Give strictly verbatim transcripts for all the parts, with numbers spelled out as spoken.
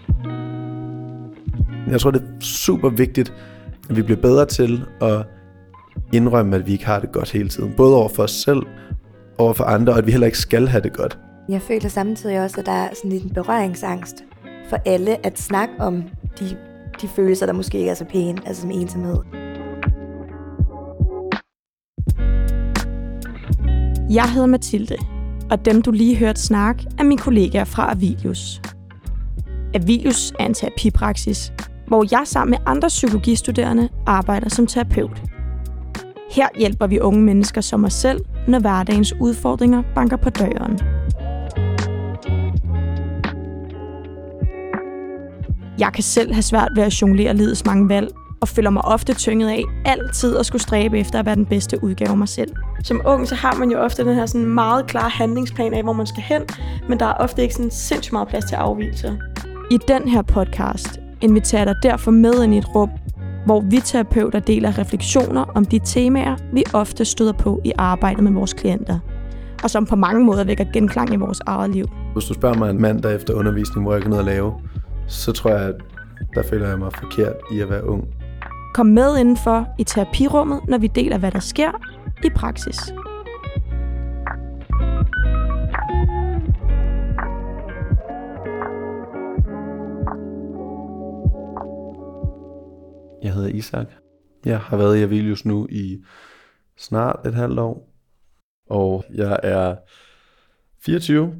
Jeg tror, det er super vigtigt, at vi bliver bedre til at indrømme, at vi ikke har det godt hele tiden. Både over for os selv, over for andre, og at vi heller ikke skal have det godt. Jeg føler samtidig også, at der er sådan en berøringsangst for alle at snakke om de, de følelser, der måske ikke er så pæne, altså som ensomhed. Jeg hedder Mathilde, og dem du lige hørte snak er mine kollegaer fra Avilius. Avilius er en terapipraksis, hvor jeg sammen med andre psykologistuderende arbejder som terapeut. Her hjælper vi unge mennesker som os selv, når hverdagens udfordringer banker på døren. Jeg kan selv have svært ved at jonglere livets mange valg, og føler mig ofte tynget af altid at skulle stræbe efter at være den bedste udgave af mig selv. Som ung, så har man jo ofte den her sådan meget klare handlingsplan af, hvor man skal hen, men der er ofte ikke sådan sindssygt meget plads til afvigelser. I den her podcast inviterer jeg dig derfor med ind i et rum, hvor vi terapeuter deler refleksioner om de temaer, vi ofte støder på i arbejdet med vores klienter, og som på mange måder vækker genklang i vores eget liv. Hvis du spørger mig en mandag efter undervisning, hvor jeg ikke har noget at lave, så tror jeg, at der føler jeg mig forkert i at være ung. Kom med indenfor i terapirummet, når vi deler, hvad der sker i praksis. Jeg hedder Isak. Jeg har været i Avilius nu i snart et halvt år, og jeg er fireogtyve.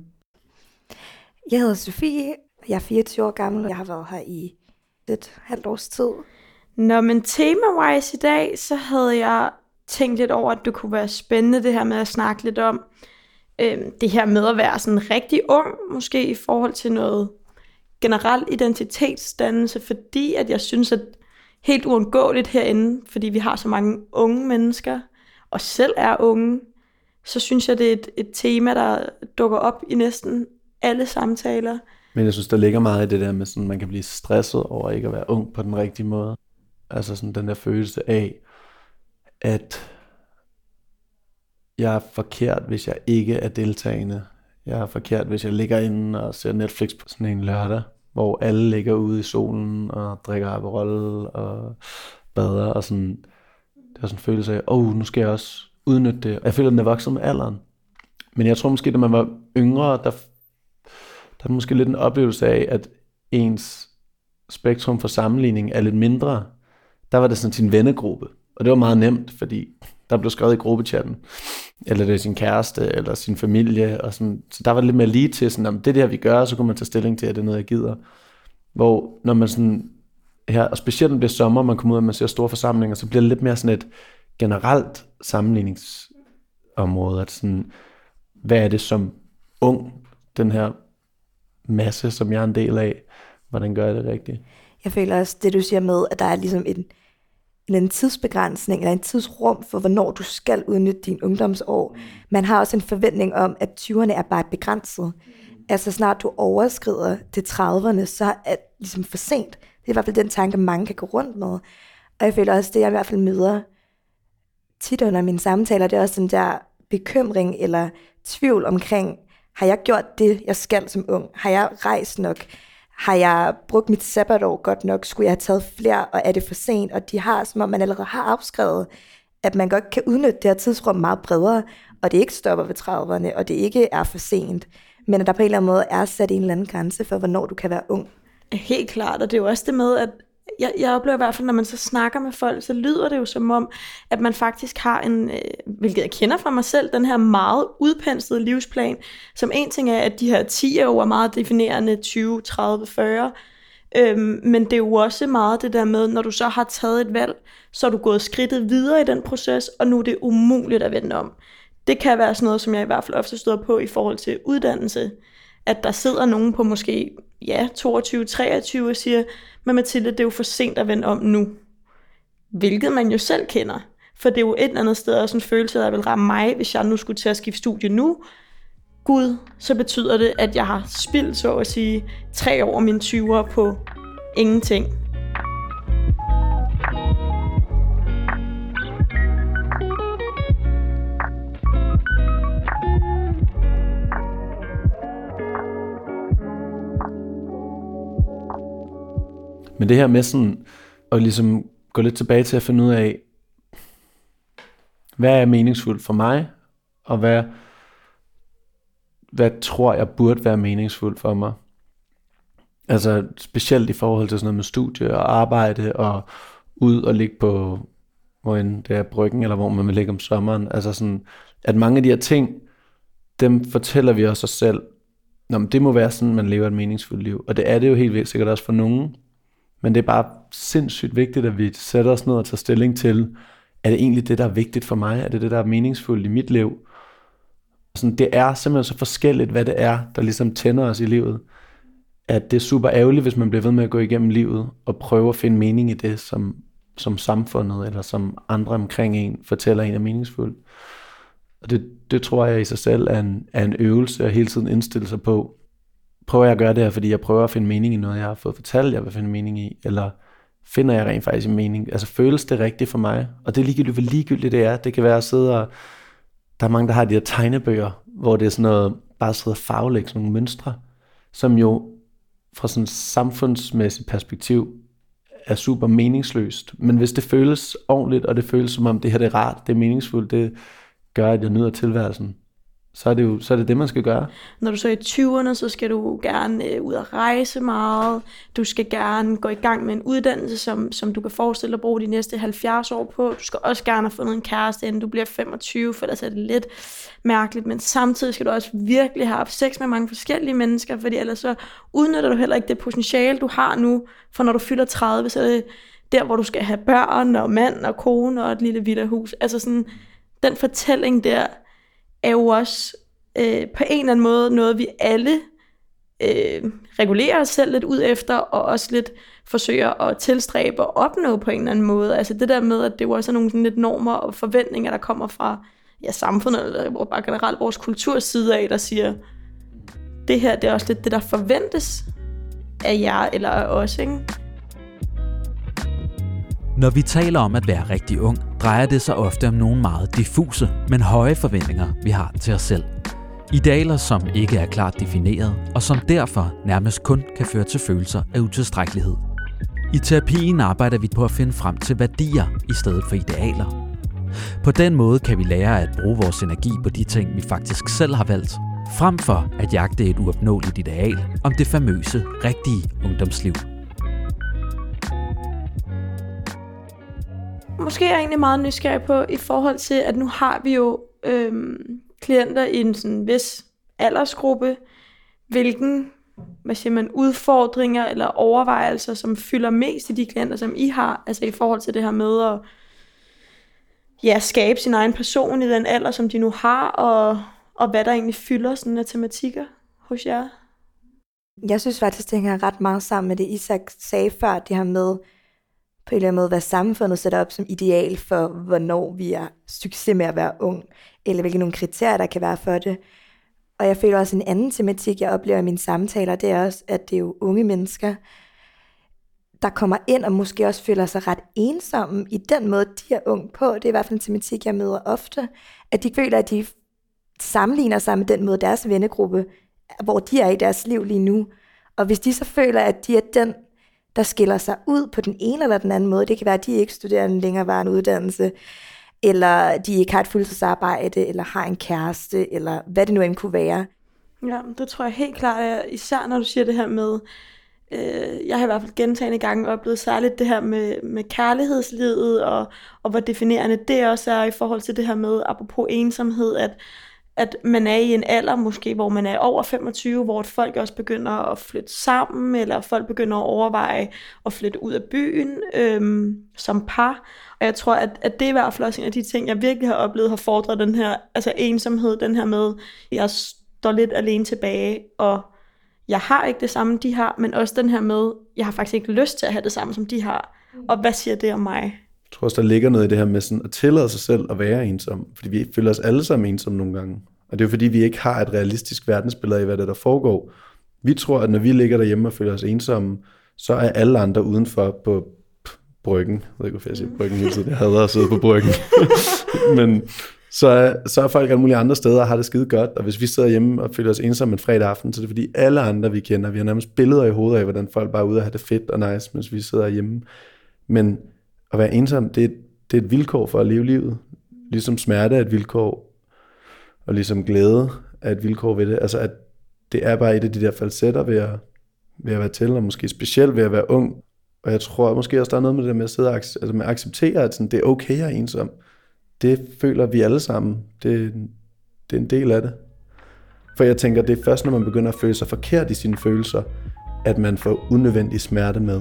Jeg hedder Sofie, jeg er fireogtyve år gammel, og jeg har været her i et halvt års tid. Nå, men tema-wise i dag, så havde jeg tænkt lidt over, at det kunne være spændende det her med at snakke lidt om øh, det her med at være sådan rigtig ung, måske i forhold til noget generel identitetsdannelse, fordi at jeg synes, at helt uundgåeligt herinde, fordi vi har så mange unge mennesker, og selv er unge, så synes jeg, det er et, et tema, der dukker op i næsten alle samtaler. Men jeg synes, der ligger meget i det der med, sådan, man kan blive stresset over ikke at være ung på den rigtige måde. Altså sådan den der følelse af, at jeg er forkert, hvis jeg ikke er deltagende. Jeg er forkert, hvis jeg ligger inde og ser Netflix på sådan en lørdag, hvor alle ligger ude i solen og drikker Aperol og bader. Og sådan, det er sådan en følelse af, åh, oh, nu skal jeg også udnytte det. Jeg føler, at den er vokset med alderen. Men jeg tror måske, da man var yngre, der, der er måske lidt en oplevelse af, at ens spektrum for sammenligning er lidt mindre. Der var det sådan sin vennegruppe, og det var meget nemt, fordi der blev skrevet i gruppechatten, eller det er sin kæreste, eller sin familie, og sådan, så der var lidt mere lige til, sådan, om det er det her, vi gør, så kunne man tage stilling til, at det er noget, jeg gider. Hvor når man sådan, her, og specielt når det bliver sommer, man kommer ud, og man ser store forsamlinger, så bliver det lidt mere sådan et generelt sammenligningsområde, at sådan, hvad er det som ung, den her masse, som jeg er en del af, hvordan gør jeg det rigtigt? Jeg føler også, det du siger med, at der er ligesom en, en tidsbegrænsning, eller en tidsrum for, hvornår du skal udnytte din ungdomsår. Man har også en forventning om, at tyverne er bare begrænset. Altså snart du overskrider til trediverne, så er det ligesom for sent. Det er i hvert fald den tanke, mange kan gå rundt med. Og jeg føler også, det jeg i hvert fald møder tit under mine samtaler, det er også den der bekymring eller tvivl omkring, har jeg gjort det, jeg skal som ung? Har jeg rejst nok? Har jeg brugt mit sabbatår godt nok? Skulle jeg have taget flere, og er det for sent? Og de har, som om man allerede har afskrevet, at man godt kan udnytte det her tidsrum meget bredere, og det ikke stopper ved trediverne, og det ikke er for sent, men at der på en eller anden måde er sat en eller anden grænse for, hvornår du kan være ung. Helt klart, og det er jo også det med, at jeg, jeg oplever i hvert fald, når man så snakker med folk, så lyder det jo som om, at man faktisk har en, øh, hvilket jeg kender fra mig selv, den her meget udpenslede livsplan, som en ting er, at de her ti år er meget definerende, tyve, tredive, fyrre, øhm, men det er jo også meget det der med, når du så har taget et valg, så er du gået skridtet videre i den proces, og nu er det umuligt at vende om. Det kan være sådan noget, som jeg i hvert fald ofte støder på i forhold til uddannelse, at der sidder nogen på måske ja, toogtyve, treogtyve og siger, men Mathilde, det er jo for sent at vende om nu. Hvilket man jo selv kender. For det er jo et eller andet sted også en følelse, der vil ramme mig, hvis jeg nu skulle til at skifte studie nu. Gud, så betyder det, at jeg har spildt, så at sige, tre år af mine tyvere på ingenting. Men det her med sådan, at ligesom gå lidt tilbage til at finde ud af, hvad er meningsfuldt for mig, og hvad, hvad tror jeg burde være meningsfuldt for mig. Altså specielt i forhold til sådan noget med studie og arbejde, og ud og ligge på, hvor end det er Bryggen, eller hvor man vil ligge om sommeren. Altså sådan, at mange af de her ting, dem fortæller vi også os selv, nå, men det må være sådan, man lever et meningsfuldt liv. Og det er det jo helt sikkert også for nogen. Men det er bare sindssygt vigtigt, at vi sætter os ned og tager stilling til, er det egentlig det, der er vigtigt for mig? Er det det, der er meningsfuldt i mit liv? Sådan, det er simpelthen så forskelligt, hvad det er, der ligesom tænder os i livet, at det er super ærgerligt, hvis man bliver ved med at gå igennem livet og prøve at finde mening i det, som, som samfundet eller som andre omkring en fortæller en er meningsfuldt. Og det, det tror jeg i sig selv er en, er en øvelse at hele tiden indstille sig på. Prøver jeg at gøre det her, fordi jeg prøver at finde mening i noget, jeg har fået fortalt, jeg vil finde mening i, eller finder jeg rent faktisk en mening? Altså føles det rigtigt for mig? Og det er ligegyldigt, hvor ligegyldigt det er. Det kan være at sidde og... Der er mange, der har de her tegnebøger, hvor det er sådan noget, bare sidde og farvelægge sådan nogle mønstre, som jo fra sådan et samfundsmæssigt perspektiv er super meningsløst. Men hvis det føles ordentligt, og det føles som om det her det er rart, det er meningsfuldt, det gør, at jeg nyder tilværelsen, så er det jo så er det, det, man skal gøre. Når du så er i tyverne, så skal du gerne øh, ud og rejse meget. Du skal gerne gå i gang med en uddannelse, som, som du kan forestille dig at bruge de næste halvfjerds år på. Du skal også gerne have fundet en kæreste, inden du bliver femogtyve, for ellers er det lidt mærkeligt. Men samtidig skal du også virkelig have haft sex med mange forskellige mennesker, fordi ellers så udnytter du heller ikke det potentiale, du har nu. For når du fylder tredive, så er det der, hvor du skal have børn og mand og kone og et lille villahus. Altså sådan, den fortælling der er jo også øh, på en eller anden måde noget, vi alle øh, regulerer os selv lidt ud efter, og også lidt forsøger at tilstræbe og opnå på en eller anden måde. Altså det der med, at det jo også er nogle sådan lidt normer og forventninger, der kommer fra ja, samfundet, eller bare generelt vores kulturside af, der siger, det her det er også lidt det, der forventes af jer eller af os, ikke? Når vi taler om at være rigtig ung, drejer det sig ofte om nogle meget diffuse, men høje forventninger, vi har til os selv. Idealer, som ikke er klart defineret, og som derfor nærmest kun kan føre til følelser af utilstrækkelighed. I terapien arbejder vi på at finde frem til værdier i stedet for idealer. På den måde kan vi lære at bruge vores energi på de ting, vi faktisk selv har valgt, frem for at jagte et uopnåeligt ideal om det famøse, rigtige ungdomsliv. Måske er jeg egentlig meget nysgerrig på, i forhold til, at nu har vi jo øhm, klienter i en sådan vis aldersgruppe, hvilken hvad siger man, udfordringer eller overvejelser, som fylder mest i de klienter, som I har, altså i forhold til det her med at ja, skabe sin egen person i den alder, som de nu har, og, og hvad der egentlig fylder sådan af tematikker hos jer? Jeg synes faktisk, det hænger ret meget sammen med det, Isak sagde før, det her med, på en eller anden måde, hvad samfundet sætter op som ideal for, hvornår vi er succes med at være ung, eller hvilke nogle kriterier, der kan være for det. Og jeg føler også en anden tematik, jeg oplever i mine samtaler, det er også, at det er jo unge mennesker, der kommer ind og måske også føler sig ret ensomme i den måde, de er unge på. Det er i hvert fald en tematik, jeg møder ofte, at de føler, at de sammenligner sig med den måde, deres vennegruppe, hvor de er i deres liv lige nu. Og hvis de så føler, at de er den, der skiller sig ud på den ene eller den anden måde, det kan være, at de ikke studerer en længerevarende uddannelse, eller de ikke har et fuldtidsarbejde, eller har en kæreste, eller hvad det nu end kunne være. Ja, det tror jeg helt klart, især når du siger det her med, øh, jeg har i hvert fald gentagne gange oplevet særligt det her med, med kærlighedslivet, og, og hvor definerende det også er i forhold til det her med, apropos ensomhed, at at man er i en alder måske, hvor man er over femogtyve, hvor folk også begynder at flytte sammen, eller folk begynder at overveje at flytte ud af byen øhm, som par. Og jeg tror, at, at det er i hvert fald også en af de ting, jeg virkelig har oplevet, har fordret den her altså ensomhed, den her med, at jeg står lidt alene tilbage, og jeg har ikke det samme, de har, men også den her med, jeg har faktisk ikke lyst til at have det samme, som de har. Og hvad siger det om mig? Jeg tror også, der ligger noget i det her med sådan at tillade sig selv at være ensom, fordi vi føler os alle sammen ensomme nogle gange. Og det er jo fordi, vi ikke har et realistisk verdensbillede af, hvad det der foregår. Vi tror, at når vi ligger derhjemme og føler os ensomme, så er alle andre udenfor på Bryggen. Jeg ved ikke, hvorfor jeg siger Bryggen hele tiden. Jeg hader at sidde på Bryggen. Men så, så er folk alle mulige andre steder og har det skide godt, og hvis vi sidder hjemme og føler os ensomme en fredag aften, så er det fordi alle andre vi kender, vi har nærmest billeder i hovedet af, hvordan folk bare er ude og have det fedt og nice, mens vi sidder hjemme. Men at være ensom, det er, det er et vilkår for at leve livet. Ligesom smerte er et vilkår, og ligesom glæde er et vilkår ved det. Altså at det er bare et af de der falsetter ved at, ved at være til, og måske specielt ved at være ung. Og jeg tror måske også, der er noget med det der med at sidde og altså med at acceptere, at sådan, det er okay at være ensom. Det føler vi alle sammen. Det, det er en del af det. For jeg tænker, det er først, når man begynder at føle sig forkert i sine følelser, at man får unødvendig smerte med.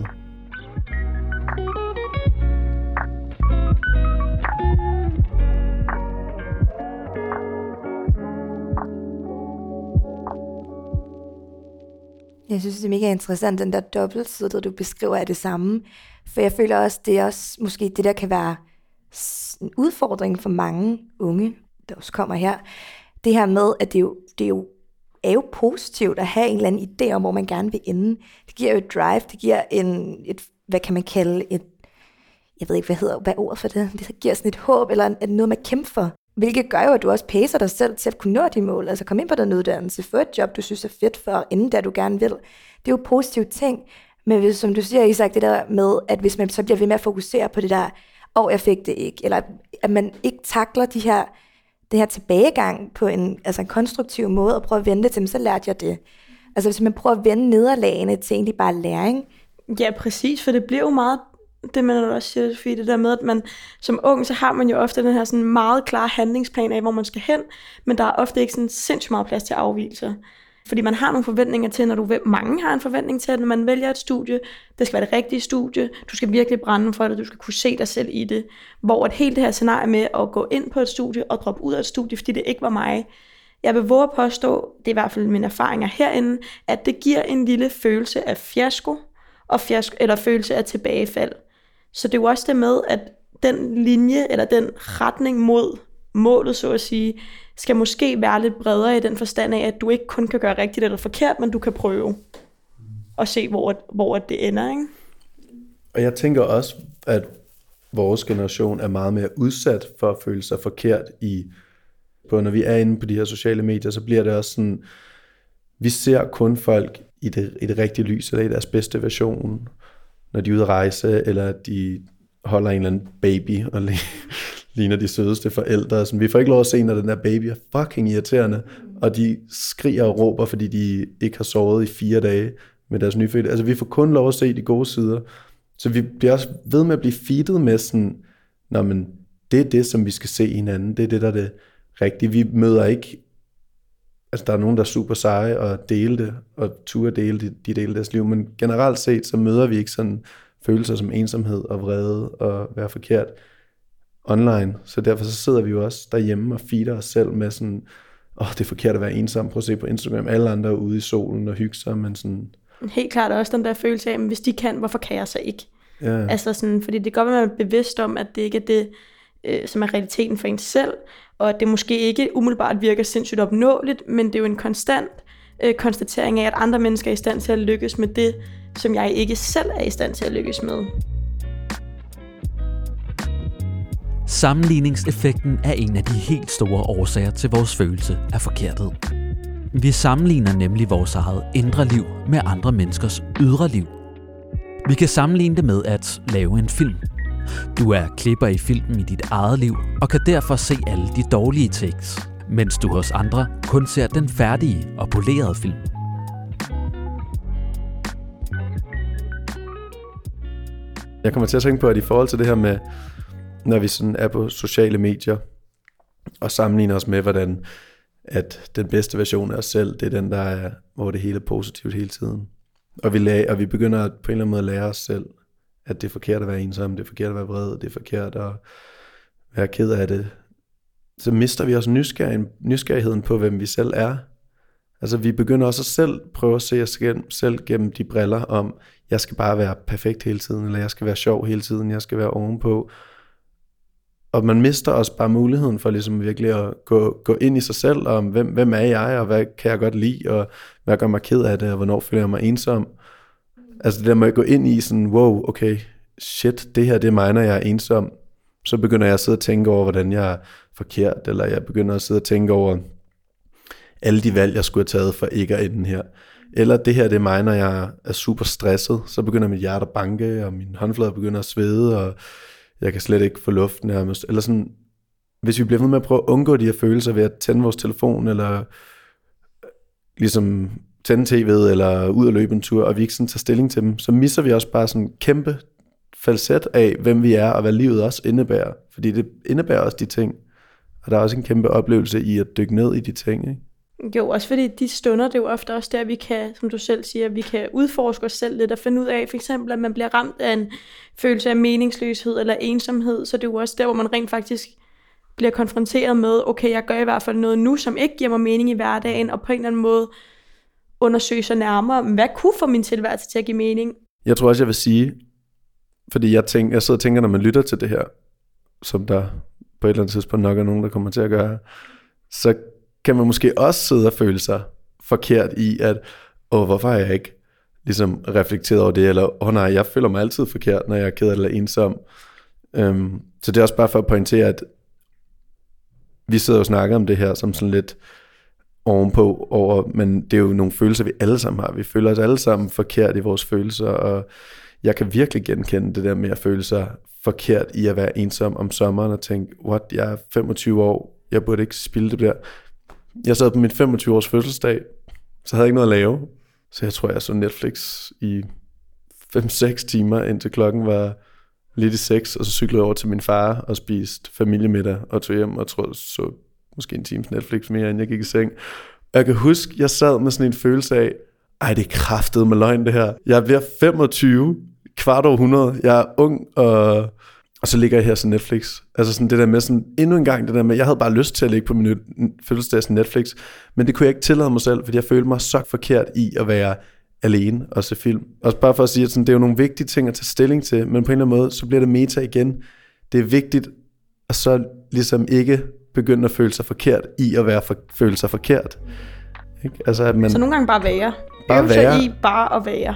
Jeg synes, det er mega interessant, den der dobbeltside, du beskriver af det samme. For jeg føler også, det er også måske det, der kan være en udfordring for mange unge, der også kommer her. Det her med, at det jo, det jo er jo positivt at have en eller anden idé om, hvor man gerne vil ende. Det giver jo et drive, det giver en, et, hvad kan man kalde, et, jeg ved ikke, hvad hedder, hvad er ordet for det? Det giver sådan et håb, eller noget, man kæmper for. Hvilket gør jo, at du også pacer dig selv til at kunne nå de mål. Altså komme ind på den uddannelse, få et job, du synes er fedt for at ende der, du gerne vil. Det er jo positive ting. Men hvis, som du siger, Isak, det der med, at hvis man så bliver ved med at fokusere på det der, og jeg fik det ikke, eller at man ikke takler de her, det her tilbagegang på en, altså en konstruktiv måde, og prøver at vende det til, så lærte jeg det. Altså hvis man prøver at vende nederlagene til egentlig bare læring. Ja, præcis, for det bliver jo meget, det man også siger, Sofie, det der med, at man som ung, så har man jo ofte den her sådan meget klare handlingsplan af, hvor man skal hen, men der er ofte ikke sådan sindssygt meget plads til afvigelser. Fordi man har nogle forventninger til, når du vil, mange har en forventning til, at når man vælger et studie, det skal være det rigtige studie, du skal virkelig brænde for det, du skal kunne se dig selv i det. Hvor et helt det her scenarie med at gå ind på et studie og droppe ud af et studie, fordi det ikke var mig, jeg vil våge at påstå, det er i hvert fald mine erfaringer herinde, at det giver en lille følelse af fiasko, og fiasko eller følelse af tilbagefald. Så det er jo også det med, at den linje, eller den retning mod målet, så at sige, skal måske være lidt bredere i den forstand af, at du ikke kun kan gøre rigtigt eller forkert, men du kan prøve og se, hvor, hvor det ender, ikke? Og jeg tænker også, at vores generation er meget mere udsat for at føle sig forkert i, på når vi er inde på de her sociale medier, så bliver det også sådan, vi ser kun folk i det, i det rigtige lys, eller i deres bedste version, når de er ude at rejse, eller de holder en eller anden baby, og ligner de sødeste forældre. Så vi får ikke lov at se, når den der baby er fucking irriterende, og de skriger og råber, fordi de ikke har sovet i fire dage med deres nyfødte. Altså vi får kun lov at se de gode sider. Så vi bliver også ved med at blive feedet med sådan, nå, men det er det, som vi skal se i hinanden. Det er det, der er det rigtige. Vi møder ikke, altså der er nogen, der er super seje og dele det, og turde dele de, de dele deres liv, men generelt set, så møder vi ikke sådan følelser som ensomhed og vrede og være forkert online. Så derfor så sidder vi jo også derhjemme og feeder os selv med sådan, åh, oh, det er forkert at være ensom. Prøv at se på Instagram, alle andre er ude i solen og hygge sig, men sådan... Helt klart også den der følelse af, at hvis de kan, hvorfor kan jeg så ikke? Ja. Altså sådan, fordi det kan godt være, at man er bevidst om, at det ikke er det, øh, som er realiteten for en selv, og at det måske ikke umiddelbart virker sindssygt opnåeligt, men det er jo en konstant øh, konstatering af, at andre mennesker er i stand til at lykkes med det, som jeg ikke selv er i stand til at lykkes med. Sammenligningseffekten er en af de helt store årsager til vores følelse af forkerthed. Vi sammenligner nemlig vores eget indre liv med andre menneskers ydre liv. Vi kan sammenligne det med at lave en film. Du er klipper i filmen i dit eget liv og kan derfor se alle de dårlige takes, mens du hos andre kun ser den færdige og polerede film. Jeg kommer til at tænke på, at i forhold til det her med, når vi sådan er på sociale medier og sammenligner os med, hvordan at den bedste version af os selv, det er den, der er, hvor det hele er positivt hele tiden. Og vi, lag, og vi begynder på en eller anden måde at lære os selv, at det er forkert at være ensom, det er forkert at være vred, det er forkert at være ked af det. Så mister vi også nysgerrigheden, nysgerrigheden på, hvem vi selv er. Altså vi begynder også at selv prøve at se os selv gennem de briller om, jeg skal bare være perfekt hele tiden, eller jeg skal være sjov hele tiden, jeg skal være ovenpå. Og man mister også bare muligheden for ligesom virkelig at gå, gå ind i sig selv, om hvem, hvem er jeg, og hvad kan jeg godt lide, og hvad gør mig ked af det, og hvornår føler jeg mig ensom. Altså det der med at gå ind i sådan, wow, okay, shit, det her det er mig, når jeg er ensom. så begynder jeg at sidde og tænke over, hvordan jeg er forkert, eller jeg begynder at sidde og tænke over alle de valg, jeg skulle have taget for ikke at ende her. Eller det her, det er mig, når jeg er super stresset, så begynder mit hjerte at banke, og min håndflader begynder at svede, og jeg kan slet ikke få luft nærmest. Eller sådan, hvis vi bliver ved med at prøve at undgå de her følelser ved at tænde vores telefon, eller ligesom tænde tv'et, eller ud og løbe en tur, og vi ikke sådan tager stilling til dem, så misser vi også bare sådan en kæmpe falset af, hvem vi er, og hvad livet også indebærer. Fordi det indebærer også de ting. Og der er også en kæmpe oplevelse i at dykke ned i de ting, ikke? Jo, også fordi de stunder, det er jo ofte også der, vi kan, som du selv siger, vi kan udforske os selv lidt og finde ud af, for eksempel, at man bliver ramt af en følelse af meningsløshed eller ensomhed, så det er jo også der, hvor man rent faktisk bliver konfronteret med, okay, jeg gør i hvert fald noget nu, som ikke giver mig mening i hverdagen, og på en eller anden måde undersøge sig nærmere, hvad kunne få min tilværelse til at give mening? Jeg tror også, jeg vil sige, fordi jeg, tænker, jeg sidder og tænker, når man lytter til det her, som der på et eller andet tidspunkt nok er nogen, der kommer til at gøre, så kan man måske også sidde og føle sig forkert i, at åh, hvorfor har jeg ikke ligesom reflekteret over det, eller åh nej, jeg føler mig altid forkert, når jeg er ked af eller ensom. Øhm, så det er også bare for at pointere, at vi sidder og snakker om det her som sådan lidt ovenpå over, men det er jo nogle følelser, vi alle sammen har. Vi føler os alle sammen forkert i vores følelser, og jeg kan virkelig genkende det der med at føle sig forkert i at være ensom om sommeren og tænke, what, jeg er femogtyve år, jeg burde ikke spilde det der. Jeg sad på min femogtyve års fødselsdag, så havde jeg ikke noget at lave, så jeg tror, jeg så Netflix i fem seks timer, indtil klokken var lidt i seks, og så cyklede jeg over til min far og spiste familiemiddag og tog hjem og tror, så måske en times Netflix mere, inden jeg gik i seng. Og jeg kan huske, jeg sad med sådan en følelse af, ej, det er kraftedeme med løgn det her. Jeg bliver femogtyve, kvart århundrede, jeg er ung, og, og så ligger jeg her til Netflix. Altså sådan det der med sådan, endnu en gang det der med, jeg havde bare lyst til at ligge på min fødselsdag til Netflix, men det kunne jeg ikke tillade mig selv, fordi jeg følte mig så forkert i at være alene og se film. Også bare for at sige, at sådan, det er jo nogle vigtige ting at tage stilling til, men på en eller anden måde, så bliver det meta igen. Det er vigtigt at så ligesom ikke begynde at føle sig forkert i at være for, føle sig forkert. Ikke? Altså, at man så nogle gange bare være. Bare Øve være. sig i bare at være.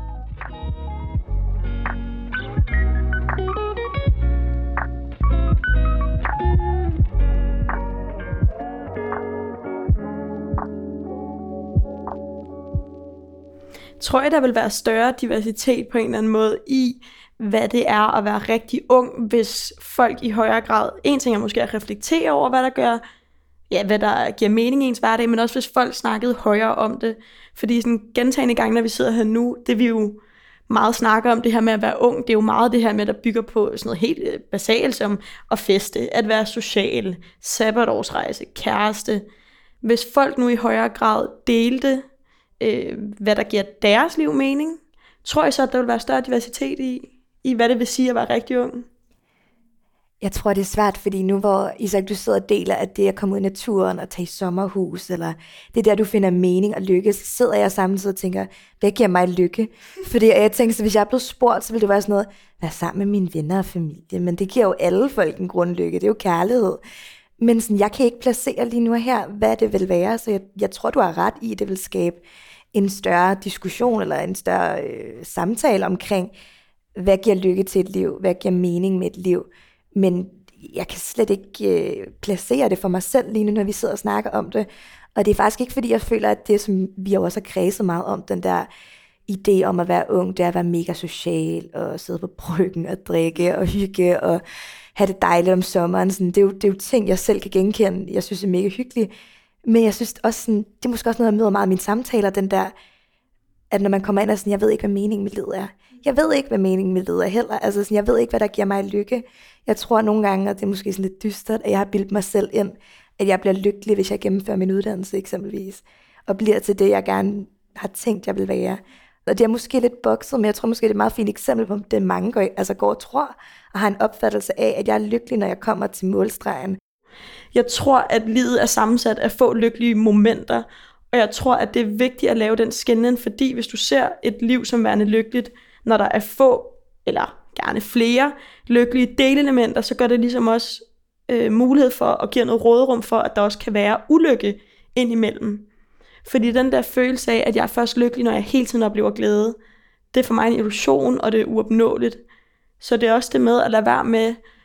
Tror jeg, der vil være større diversitet på en eller anden måde i, hvad det er at være rigtig ung, hvis folk i højere grad, en ting er måske at reflektere over, hvad der gør, ja, hvad der giver mening i ens hverdag, men også hvis folk snakkede højere om det. Fordi sådan gentagne gange, når vi sidder her nu, det vi jo meget snakker om, det her med at være ung, det er jo meget det her med, der bygger på sådan noget helt basalt som at feste, at være social, sabbatårsrejse, kæreste. Hvis folk nu i højere grad delte, øh, hvad der giver deres liv mening, tror jeg så, at der vil være større diversitet i, i hvad det vil sige at være rigtig ung. Jeg tror, det er svært, fordi nu hvor Isak, du sidder og deler, at det at komme ud i naturen og tage i sommerhus, eller det er der, du finder mening og lykke, så sidder jeg samtidig og tænker, hvad giver mig lykke? Fordi jeg tænker, så hvis jeg er blevet spurgt, så ville det være sådan noget, være sammen med mine venner og familie, men det giver jo alle folk en grundlykke, det er jo kærlighed. Men sådan, jeg kan ikke placere lige nu her, hvad det vil være, så jeg, jeg tror, du har ret i, at det vil skabe en større diskussion, eller en større øh, samtale omkring, hvad giver lykke til et liv, hvad giver mening med et liv. Men jeg kan slet ikke øh, placere det for mig selv lige nu, når vi sidder og snakker om det. Og det er faktisk ikke, fordi jeg føler, at det, som vi også har kredset meget om, den der idé om at være ung, det er at være mega social, og sidde på bryggen og drikke og hygge, og have det dejligt om sommeren. Sådan, det, er jo, det er jo ting, jeg selv kan genkende. Jeg synes, det er mega hyggeligt. Men jeg synes også, sådan, det er måske også noget, jeg møder meget af mine samtaler, den der, at når man kommer ind og sådan, jeg ved ikke, hvad meningen med livet er. Jeg ved ikke, hvad meningen med livet er heller. Altså, sådan, jeg ved ikke, hvad der giver mig lykke. Jeg tror nogle gange, og det er måske sådan lidt dystert, at jeg har bildt mig selv ind, at jeg bliver lykkelig, hvis jeg gennemfører min uddannelse eksempelvis, og bliver til det, jeg gerne har tænkt, jeg vil være. Og det er måske lidt bokset, men jeg tror måske, det er et meget fint eksempel på, det mange går, altså går og tror, og har en opfattelse af, at jeg er lykkelig, når jeg kommer til målstregen. Jeg tror, at livet er sammensat af få lykkelige momenter, og jeg tror, at det er vigtigt at lave den skelnen, fordi hvis du ser et liv som værende lykkeligt, når der er få, eller gerne flere lykkelige delelementer, så gør det ligesom også øh, mulighed for at give noget råderum for, at der også kan være ulykke indimellem. Fordi den der følelse af, at jeg er først lykkelig, når jeg hele tiden oplever glæde, det er for mig en illusion, og det er uopnåeligt. Så det er også det med at lade være med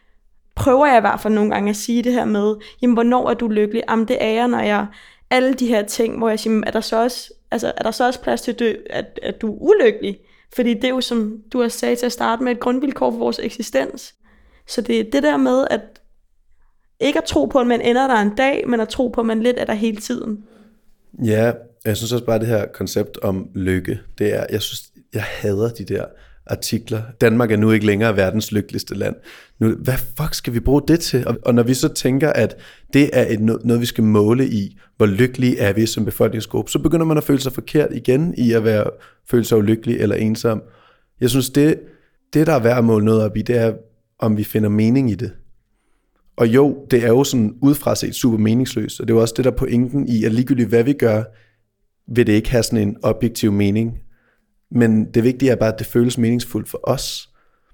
prøver jeg i hvert fald nogle gange at sige det her med, jamen hvornår er du lykkelig? Jamen det er jeg, når jeg, alle de her ting, hvor jeg siger, er der så også, altså, er der så også plads til, dø, at, at du er ulykkelig? Fordi det er jo, som du har sagt til at starte med, et grundvilkår for vores eksistens. Så det er det der med, at ikke at tro på, at man ender der en dag, men at tro på, at man lidt er der hele tiden. Ja, jeg synes også bare, det her koncept om lykke, det er, jeg synes, jeg hader de der artikler. Danmark er nu ikke længere verdens lykkeligste land. Nu, hvad fuck skal vi bruge det til? Og, og når vi så tænker, at det er et, noget, vi skal måle i, hvor lykkelige er vi som befolkningsgruppe, så begynder man at føle sig forkert igen i at være, føle sig ulykkelig eller ensom. Jeg synes, det, det der er værd at måle noget op i, det er, om vi finder mening i det. Og jo, det er jo sådan udefra set super meningsløst, og det er jo også det der pointen i, at ligegyldigt hvad vi gør, vil det ikke have sådan en objektiv mening. Men det vigtige er bare, at det føles meningsfuldt for os.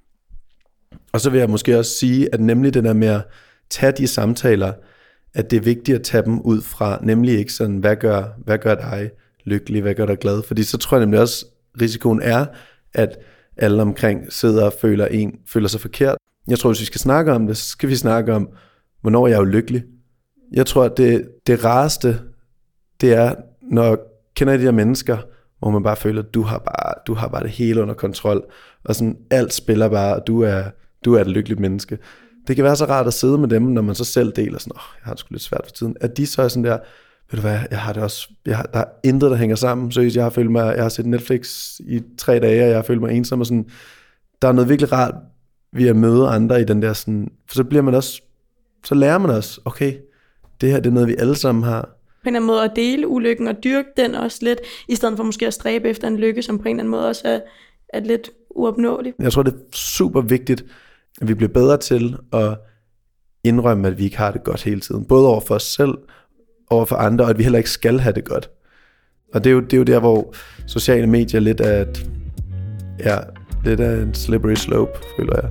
Og så vil jeg måske også sige, at nemlig det der med at tage de samtaler, at det er vigtigt at tage dem ud fra, nemlig ikke sådan, hvad gør, hvad gør dig lykkelig, hvad gør dig glad? Fordi så tror jeg nemlig også, risikoen er, at alle omkring sidder og føler, en, føler sig forkert. Jeg tror, hvis vi skal snakke om det, så skal vi snakke om, hvornår jeg er ulykkelig. Jeg tror, at det, det rareste, det er, når kender jeg de der mennesker, hvor man bare føler, at du har bare, du har bare det hele under kontrol, og sådan alt spiller bare, og du er, du er et lykkeligt menneske. Det kan være så rart at sidde med dem, når man så selv deler sådan, åh, oh, jeg har det sgu lidt svært for tiden, at de så er sådan der, ved du hvad, jeg har det også, jeg har, der er intet, der hænger sammen, seriøst, jeg har følt mig, jeg har set Netflix i tre dage, og jeg har følt mig ensom, og sådan, der er noget virkelig rart ved at møde andre i den der sådan, for så bliver man også, så lærer man også, okay, det her, det er noget, vi alle sammen har. På en eller anden måde at dele ulykken og dyrke den også lidt, i stedet for måske at stræbe efter en lykke, som på en eller anden måde også er, er lidt uopnåelig. Jeg tror, det er super vigtigt, at vi bliver bedre til at indrømme, at vi ikke har det godt hele tiden. Både over for os selv, over for andre, og at vi heller ikke skal have det godt. Og det er jo, det er jo der, hvor sociale medier lidt er, et, ja, lidt er en slippery slope, føler jeg.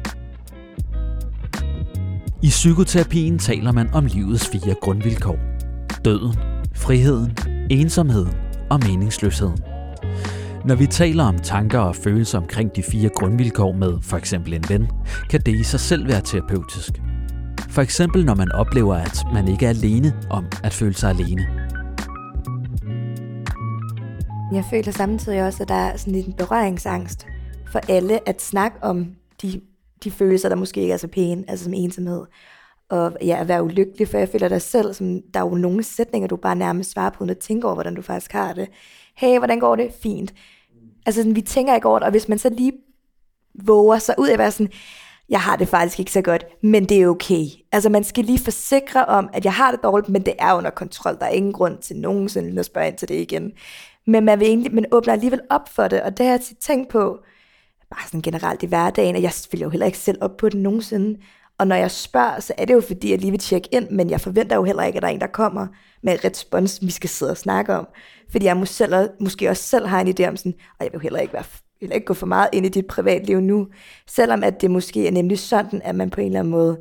I psykoterapien taler man om livets fire grundvilkår. Døden, friheden, ensomheden og meningsløsheden. Når vi taler om tanker og følelser omkring de fire grundvilkår med for eksempel en ven, kan det i sig selv være terapeutisk. For eksempel når man oplever, at man ikke er alene om at føle sig alene. Jeg føler samtidig også, at der er sådan en berøringsangst for alle at snakke om de, de følelser, der måske ikke er så pæne, altså som ensomhed. Og ja, at være ulykkelig, for jeg føler dig selv, som der er jo nogle sætninger, du bare nærmest svarer på, uden at tænke over, hvordan du faktisk har det. Hey, hvordan går det? Fint. Altså sådan, vi tænker ikke over det, og hvis man så lige våger sig ud af at være sådan, jeg har det faktisk ikke så godt, men det er okay. Altså man skal lige forsikre om, at jeg har det dårligt, men det er under kontrol. Der er ingen grund til nogensinde at spørge ind til det igen. Men man, vil egentlig, man åbner alligevel op for det, og det har jeg tænkt på, bare sådan generelt i hverdagen, og jeg vil jo heller ikke selv op på det nogensinde. Og når jeg spørger, så er det jo fordi, jeg lige vil tjekke ind, men jeg forventer jo heller ikke, at der er en, der kommer med et respons, vi skal sidde og snakke om. Fordi jeg måske, selv, måske også selv har en idé om sådan, og jeg vil jo heller ikke, være, heller ikke gå for meget ind i dit privatliv nu, selvom at det måske er nemlig sådan, at man på en eller anden måde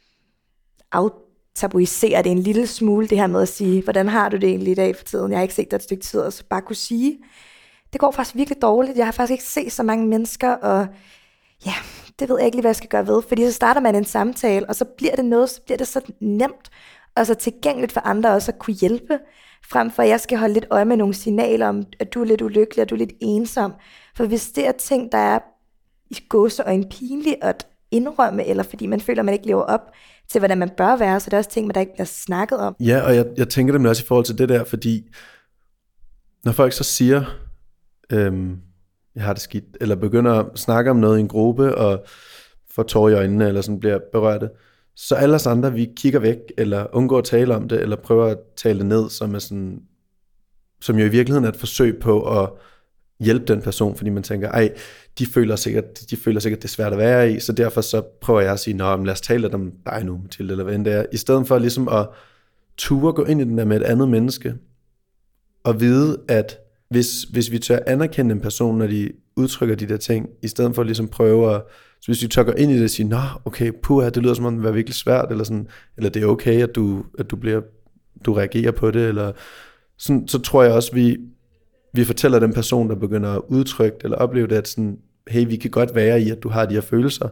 aftabuiserer det en lille smule, det her med at sige, hvordan har du det egentlig i dag for tiden? Jeg har ikke set dig et stykke tid, og så bare kunne sige, det går faktisk virkelig dårligt, jeg har faktisk ikke set så mange mennesker, og ja, det ved jeg ikke lige, hvad jeg skal gøre ved, fordi så starter man en samtale, og så bliver det noget, så bliver det så nemt, og så tilgængeligt for andre også at kunne hjælpe, frem for at jeg skal holde lidt øje med nogle signaler om, at du er lidt ulykkelig, og du er lidt ensom. For hvis det er ting, der er i gåseøjne pinligt at indrømme, eller fordi man føler, at man ikke lever op til, hvordan man bør være, så det er også ting, der ikke bliver snakket om. Ja, og jeg, jeg tænker det også i forhold til det der, fordi når folk så siger, øhm, jeg har det skidt, eller begynder at snakke om noget i en gruppe, og får tårer i øjnene, eller sådan bliver berørte, så alle os andre, vi kigger væk, eller undgår at tale om det, eller prøver at tale det ned, som er sådan, som jo i virkeligheden er et forsøg på at hjælpe den person, fordi man tænker, ej, de føler sikkert, de føler sikkert, det er svært at være i, så derfor så prøver jeg at sige, nå, men lad os tale lidt om dig nu, Mathilde, eller hvad end det er, i stedet for ligesom at ture gå ind i den der med et andet menneske, og vide, at hvis, hvis vi tør anerkende en person, når de udtrykker de der ting, i stedet for at ligesom prøve at, så hvis vi tør gå ind i det og sige, nå, okay, puha, det lyder som om det er virkelig svært, eller sådan, eller det er okay, at du, at du bliver, du reagerer på det, eller sådan, så tror jeg også, vi, vi fortæller den person, der begynder at udtrykke eller opleve det, at sådan, hey, vi kan godt være i, at du har de her følelser,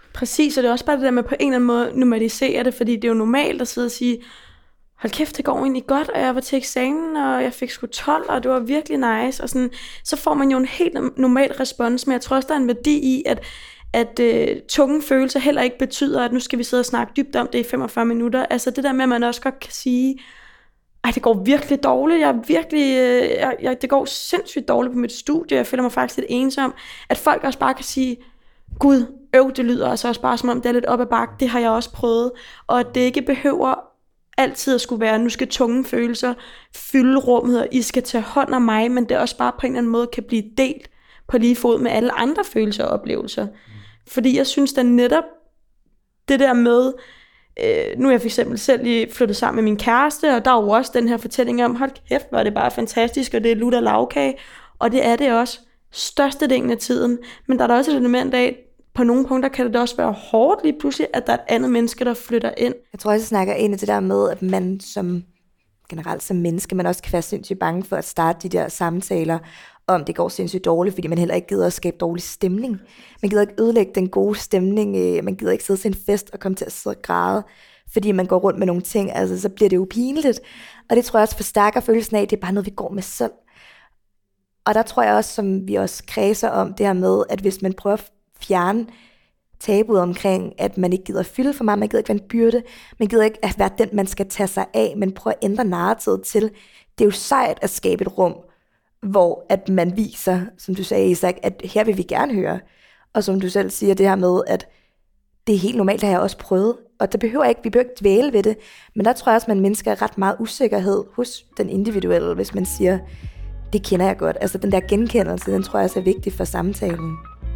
Præcis, og det er også bare det der med på en eller anden måde normalisere det, fordi det er jo normalt at sidde og sige, hold kæft, det går egentlig godt, og jeg var til eksamen, og jeg fik sgu tolv, og det var virkelig nice, og sådan, så får man jo en helt normal respons, men jeg tror også, der er en værdi i, at, at øh, tunge følelser heller ikke betyder, at nu skal vi sidde og snakke dybt om det i femogfyrre minutter, altså det der med, at man også godt kan sige, ej, det går virkelig dårligt, jeg er virkelig, øh, jeg, jeg, det går sindssygt dårligt på mit studie, jeg føler mig faktisk lidt ensom, at folk også bare kan sige, gud, øv, det lyder altså også bare som om, det er lidt op ad bakke, det har jeg også prøvet, og at det ikke behøver altid at skulle være, nu skal tunge følelser fylde rummet, og I skal tage hånd om mig, men det også bare på en eller anden måde kan blive delt på lige fod med alle andre følelser og oplevelser. Mm. Fordi jeg synes da netop, det der med, øh, nu er jeg for eksempel selv lige flyttet sammen med min kæreste, og der er jo også den her fortælling om, hold kæft, hvor er det bare fantastisk, og det er lutter lavkage, og det er det også størstedelen af tiden, men der er der også et element af, på nogle punkter kan det også være hårdt lige pludselig, at der er et andet menneske, der flytter ind. Jeg tror også, jeg snakker ind i det der med, at man som generelt som menneske, man også kan være sindssygt bange for at starte de der samtaler, om det går sindssygt dårligt, fordi man heller ikke gider at skabe dårlig stemning. Man gider ikke ødelægge den gode stemning, man gider ikke sidde til en fest og komme til at sidde og græde, fordi man går rundt med nogle ting, altså så bliver det jo pinligt. Og det tror jeg også forstærker følelsen af, at det er bare noget, vi går med selv. Og der tror jeg også, som vi også kredser om, det her med, at hvis man prøver at fjerne tabuet omkring, at man ikke gider fylde for meget, man gider ikke være en byrde, man gider ikke at være den, man skal tage sig af, men prøve at ændre narrativet til. Det er jo sejt at skabe et rum, hvor at man viser, som du sagde, Isak, at her vil vi gerne høre. Og som du selv siger, det her med, at det er helt normalt, det har jeg også prøvet. Og der behøver ikke, vi behøver ikke dvæle ved det, men der tror jeg også, at man mindsker ret meget usikkerhed hos den individuelle, hvis man siger, det kender jeg godt. Altså den der genkendelse, den tror jeg også er vigtig for samtalen.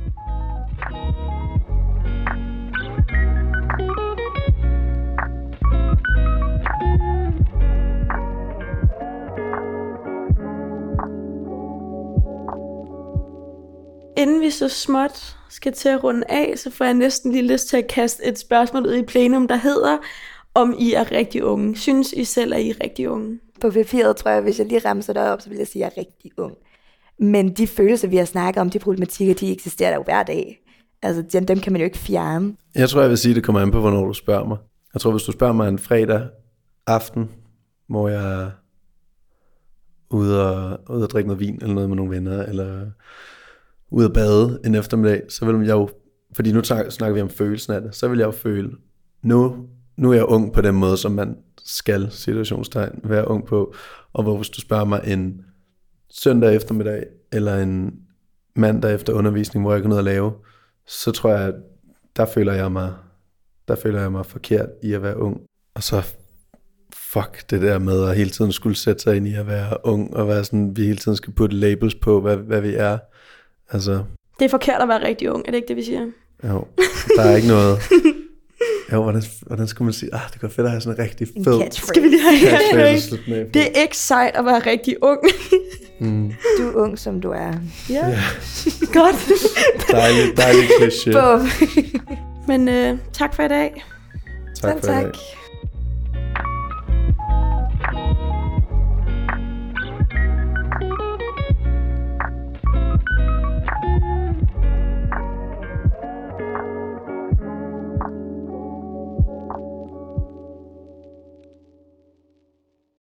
Inden vi så småt skal til at runde af, så får jeg næsten lige lyst til at kaste et spørgsmål ud i plenum, der hedder, om I er rigtig unge. Synes I selv, at I er rigtig unge? På papiret tror jeg, hvis jeg lige ramser dig op, så vil jeg sige, at jeg er rigtig ung. Men de følelser, vi har snakket om, de problematikker, de eksisterer der jo hver dag. Altså, dem, dem kan man jo ikke fjerne. Jeg tror, jeg vil sige, at det kommer an på, hvornår du spørger mig. Jeg tror, hvis du spørger mig en fredag aften, hvor jeg er ude og, ude og drikke noget vin eller noget med nogle venner, eller ude at bade en eftermiddag, så vil jeg jo, fordi nu snakker vi om følelsen af det, så vil jeg jo føle, nu, nu er jeg ung på den måde, som man skal, situationstegn, være ung på. Og hvor hvis du spørger mig en søndag eftermiddag, eller en mandag efter undervisning, hvor jeg ikke har noget at lave, så tror jeg, der føler jeg mig, der føler jeg mig forkert i at være ung. Og så fuck det der med at hele tiden skulle sætte sig ind i at være ung, og være sådan, vi hele tiden skal putte labels på, hvad, hvad vi er. Altså, det er forkert at være rigtig ung, er det ikke det, vi siger? Jo, der er ikke noget. Jo, hvordan, hvordan skal man sige? Ah, det går fedt at have sådan en rigtig fed skal vi lige have catchphrase. Det er ikke sejt at være rigtig ung. mm. Du er ung, som du er. Ja, ja. Godt. Dejligt, dejligt kliché. Men øh, tak for i dag. Tak for i dag.